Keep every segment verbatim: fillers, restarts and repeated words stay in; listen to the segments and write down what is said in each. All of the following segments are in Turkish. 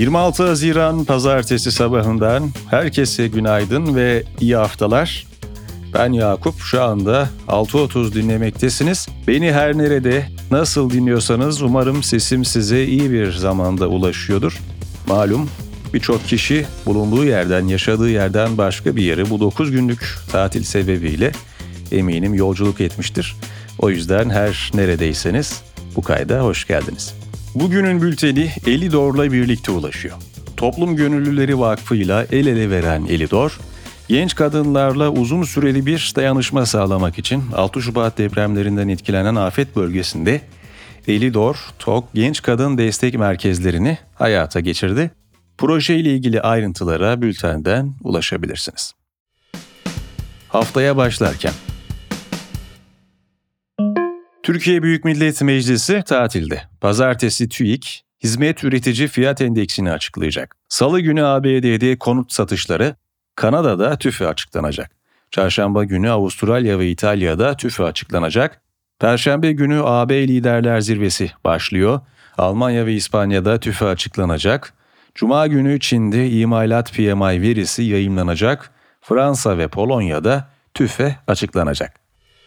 yirmi altı Haziran Pazartesi sabahından herkese günaydın ve iyi haftalar. Ben Yakup, şu anda altı otuz dinlemektesiniz. Beni her nerede, nasıl dinliyorsanız umarım sesim size iyi bir zamanda ulaşıyordur. Malum birçok kişi bulunduğu yerden, yaşadığı yerden başka bir yere bu dokuz günlük tatil sebebiyle eminim yolculuk etmiştir. O yüzden her neredeyseniz bu kayda hoş geldiniz. Bugünün bülteni Elidor'la birlikte ulaşıyor. Toplum Gönüllüleri Vakfı'yla el ele veren Elidor, genç kadınlarla uzun süreli bir dayanışma sağlamak için altı Şubat depremlerinden etkilenen afet bölgesinde Elidor, TOK Genç Kadın Destek Merkezlerini hayata geçirdi. Proje ile ilgili ayrıntılara bültenden ulaşabilirsiniz. Haftaya başlarken Türkiye Büyük Millet Meclisi tatilde. Pazartesi TÜİK, hizmet üretici fiyat endeksini açıklayacak. Salı günü A B D'de konut satışları, Kanada'da TÜFE açıklanacak. Çarşamba günü Avustralya ve İtalya'da TÜFE açıklanacak. Perşembe günü A B Liderler Zirvesi başlıyor. Almanya ve İspanya'da TÜFE açıklanacak. Cuma günü Çin'de imalat P M I verisi yayımlanacak. Fransa ve Polonya'da TÜFE açıklanacak.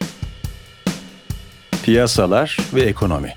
Piyasalar ve ekonomi.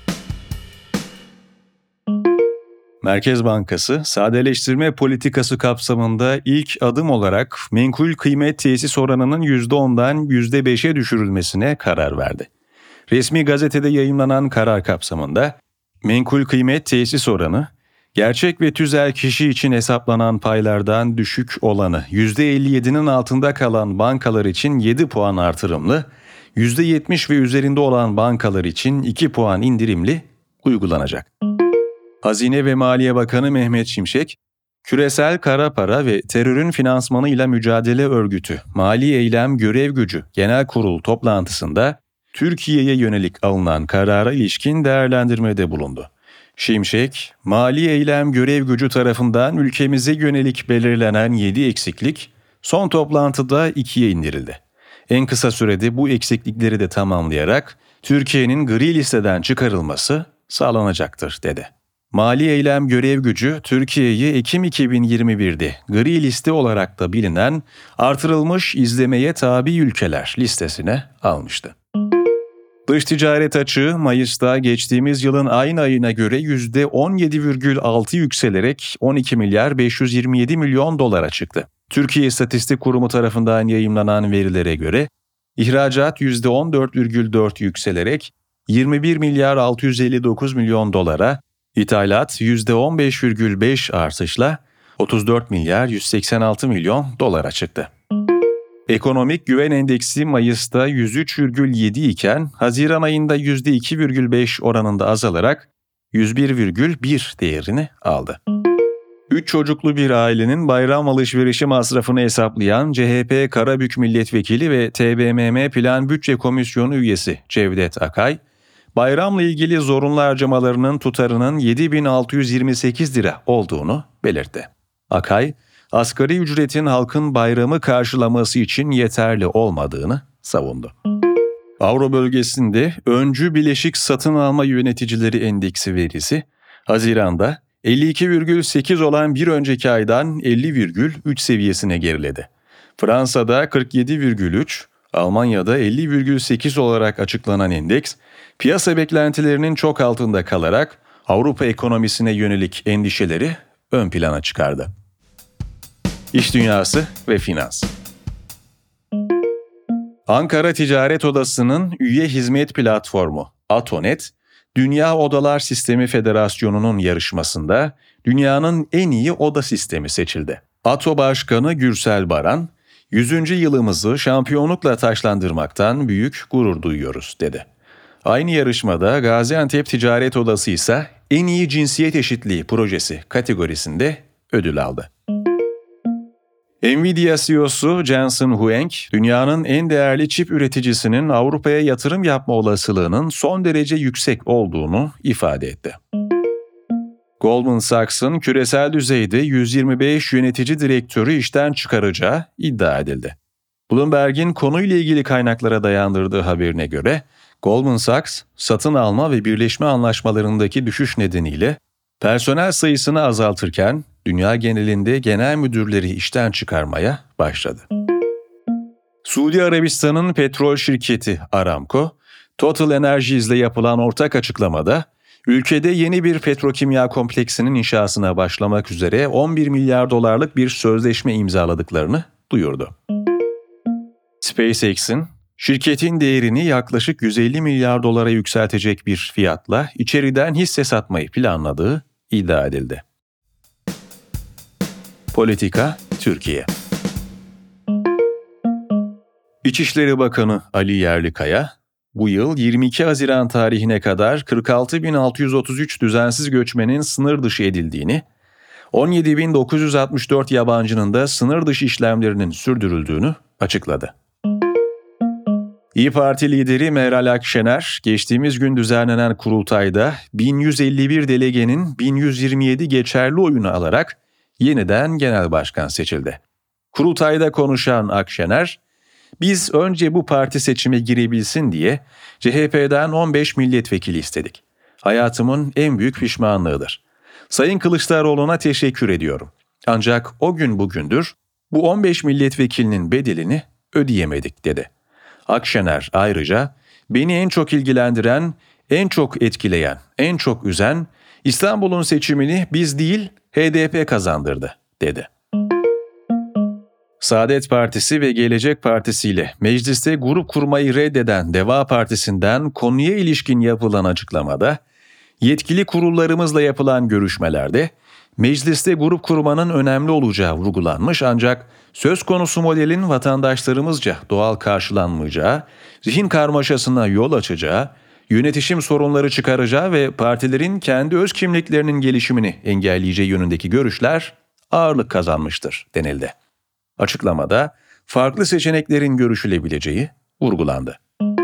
Merkez Bankası, sadeleştirme politikası kapsamında ilk adım olarak menkul kıymet tesis oranının yüzde ondan yüzde beşe düşürülmesine karar verdi. Resmi gazetede yayımlanan karar kapsamında menkul kıymet tesis oranı, gerçek ve tüzel kişi için hesaplanan paylardan düşük olanı yüzde elli yedinin altında kalan bankalar için yedi puan artırımlı, yüzde yetmiş ve üzerinde olan bankalar için iki puan indirimli uygulanacak. Hazine ve Maliye Bakanı Mehmet Şimşek, Küresel Kara Para ve Terörün Finansmanıyla Mücadele Örgütü Mali Eylem Görev Gücü Genel Kurul toplantısında Türkiye'ye yönelik alınan karara ilişkin değerlendirmede bulundu. Şimşek, Mali Eylem Görev Gücü tarafından ülkemize yönelik belirlenen yedi eksiklik son toplantıda ikiye indirildi. En kısa sürede bu eksiklikleri de tamamlayarak Türkiye'nin gri listeden çıkarılması sağlanacaktır, dedi. Mali Eylem Görev Gücü, Türkiye'yi Ekim iki bin yirmi birde gri liste olarak da bilinen artırılmış izlemeye tabi ülkeler listesine almıştı. Dış ticaret açığı Mayıs'ta geçtiğimiz yılın aynı ayına göre yüzde on yedi virgül altı yükselerek on iki milyar beş yüz yirmi yedi milyon dolara çıktı. Türkiye İstatistik Kurumu tarafından yayımlanan verilere göre ihracat yüzde on dört virgül dört yükselerek yirmi bir milyar altı yüz elli dokuz milyon dolara, ithalat yüzde on beş virgül beş artışla otuz dört milyar yüz seksen altı milyon dolara çıktı. Ekonomik Güven Endeksi Mayıs'ta yüz üç virgül yedi iken Haziran ayında yüzde iki virgül beş oranında azalarak yüz bir virgül bir değerini aldı. Üç çocuklu bir ailenin bayram alışverişi masrafını hesaplayan C H P Karabük Milletvekili ve T B M M Plan Bütçe Komisyonu üyesi Cevdet Akay, bayramla ilgili zorunlu harcamalarının tutarının yedi bin altı yüz yirmi sekiz lira olduğunu belirtti. Akay, asgari ücretin halkın bayramı karşılaması için yeterli olmadığını savundu. Avro bölgesinde öncü bileşik satın alma yöneticileri endeksi verisi, Haziran'da elli iki virgül sekiz olan bir önceki aydan elli virgül üç seviyesine geriledi. Fransa'da kırk yedi virgül üç, Almanya'da elli virgül sekiz olarak açıklanan endeks, piyasa beklentilerinin çok altında kalarak Avrupa ekonomisine yönelik endişeleri ön plana çıkardı. İş dünyası ve finans. Ankara Ticaret Odası'nın üye hizmet platformu Atonet, Dünya Odalar Sistemi Federasyonu'nun yarışmasında dünyanın en iyi oda sistemi seçildi. Ato Başkanı Gürsel Baran, yüzüncü yılımızı şampiyonlukla taçlandırmaktan büyük gurur duyuyoruz, dedi. Aynı yarışmada Gaziantep Ticaret Odası ise en iyi cinsiyet eşitliği projesi kategorisinde ödül aldı. Nvidia C E O'su Jensen Huang, dünyanın en değerli çip üreticisinin Avrupa'ya yatırım yapma olasılığının son derece yüksek olduğunu ifade etti. Goldman Sachs'ın küresel düzeyde yüz yirmi beş yönetici direktörü işten çıkaracağı iddia edildi. Bloomberg'in konuyla ilgili kaynaklara dayandırdığı haberine göre, Goldman Sachs, satın alma ve birleşme anlaşmalarındaki düşüş nedeniyle Personel sayısını azaltırken dünya genelinde genel müdürleri işten çıkarmaya başladı. Suudi Arabistan'ın petrol şirketi Aramco, Total Energies ile yapılan ortak açıklamada, ülkede yeni bir petrokimya kompleksinin inşasına başlamak üzere on bir milyar dolarlık bir sözleşme imzaladıklarını duyurdu. SpaceX'in, şirketin değerini yaklaşık yüz elli milyar dolara yükseltecek bir fiyatla içeriden hisse satmayı planladığı iddia edildi. Politika, Türkiye. İçişleri Bakanı Ali Yerlikaya, bu yıl yirmi iki Haziran tarihine kadar kırk altı bin altı yüz otuz üç düzensiz göçmenin sınır dışı edildiğini, on yedi bin dokuz yüz altmış dört yabancının da sınır dışı işlemlerinin sürdürüldüğünü açıkladı. İYİ Parti lideri Meral Akşener, geçtiğimiz gün düzenlenen kurultayda bin yüz elli bir delegenin bin yüz yirmi yedi geçerli oyunu alarak yeniden genel başkan seçildi. Kurultayda konuşan Akşener, "Biz önce bu parti seçime girebilsin diye C H P'den on beş milletvekili istedik. Hayatımın en büyük pişmanlığıdır. Sayın Kılıçdaroğlu'na teşekkür ediyorum. Ancak o gün bugündür bu on beş milletvekilinin bedelini ödeyemedik," dedi. Akşener ayrıca, "Beni en çok ilgilendiren, en çok etkileyen, en çok üzen, İstanbul'un seçimini biz değil H D P kazandırdı," dedi. Saadet Partisi ve Gelecek Partisi ile mecliste grup kurmayı reddeden Deva Partisi'nden konuya ilişkin yapılan açıklamada, yetkili kurullarımızla yapılan görüşmelerde mecliste grup kurmanın önemli olacağı vurgulanmış, ancak söz konusu modelin vatandaşlarımızca doğal karşılanmayacağı, zihin karmaşasına yol açacağı, yönetişim sorunları çıkaracağı ve partilerin kendi öz kimliklerinin gelişimini engelleyeceği yönündeki görüşler ağırlık kazanmıştır denildi. Açıklamada farklı seçeneklerin görüşülebileceği vurgulandı.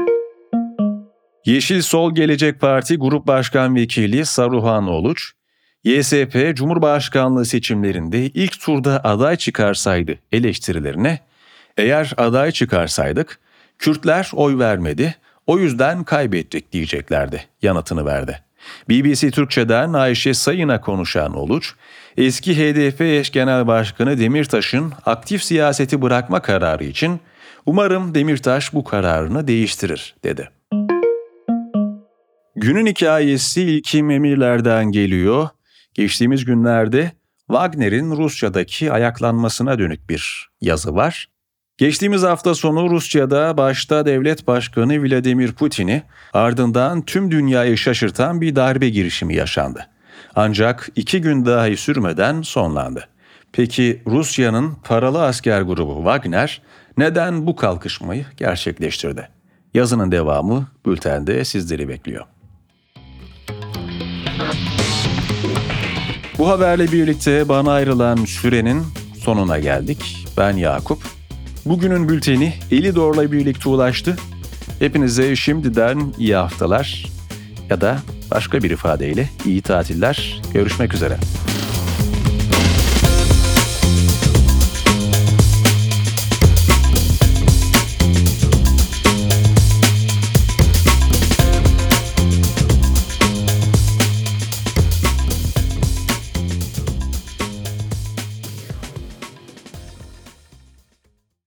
Yeşil Sol Gelecek Parti Grup Başkan Vekili Saruhan Oluç, Y S P Cumhurbaşkanlığı seçimlerinde ilk turda aday çıkarsaydı eleştirilerine, "Eğer aday çıkarsaydık, Kürtler oy vermedi, o yüzden kaybettik," diyeceklerdi yanıtını verdi. B B C Türkçe'den Ayşe Sayın'a konuşan Oluç, eski H D P eş genel başkanı Demirtaş'ın aktif siyaseti bırakma kararı için "Umarım Demirtaş bu kararını değiştirir," dedi. Günün hikayesi İlkim Emirler'den geliyor. Geçtiğimiz günlerde Wagner'in Rusya'daki ayaklanmasına dönük bir yazı var. Geçtiğimiz hafta sonu Rusya'da başta devlet başkanı Vladimir Putin'i, ardından tüm dünyayı şaşırtan bir darbe girişimi yaşandı. Ancak iki gün dahi sürmeden sonlandı. Peki Rusya'nın paralı asker grubu Wagner neden bu kalkışmayı gerçekleştirdi? Yazının devamı bültende sizleri bekliyor. Bu haberle birlikte bana ayrılan sürenin sonuna geldik. Ben Yakup. Bugünün bülteni Elidor'la birlikte ulaştı. Hepinize şimdiden iyi haftalar ya da başka bir ifadeyle iyi tatiller. Görüşmek üzere.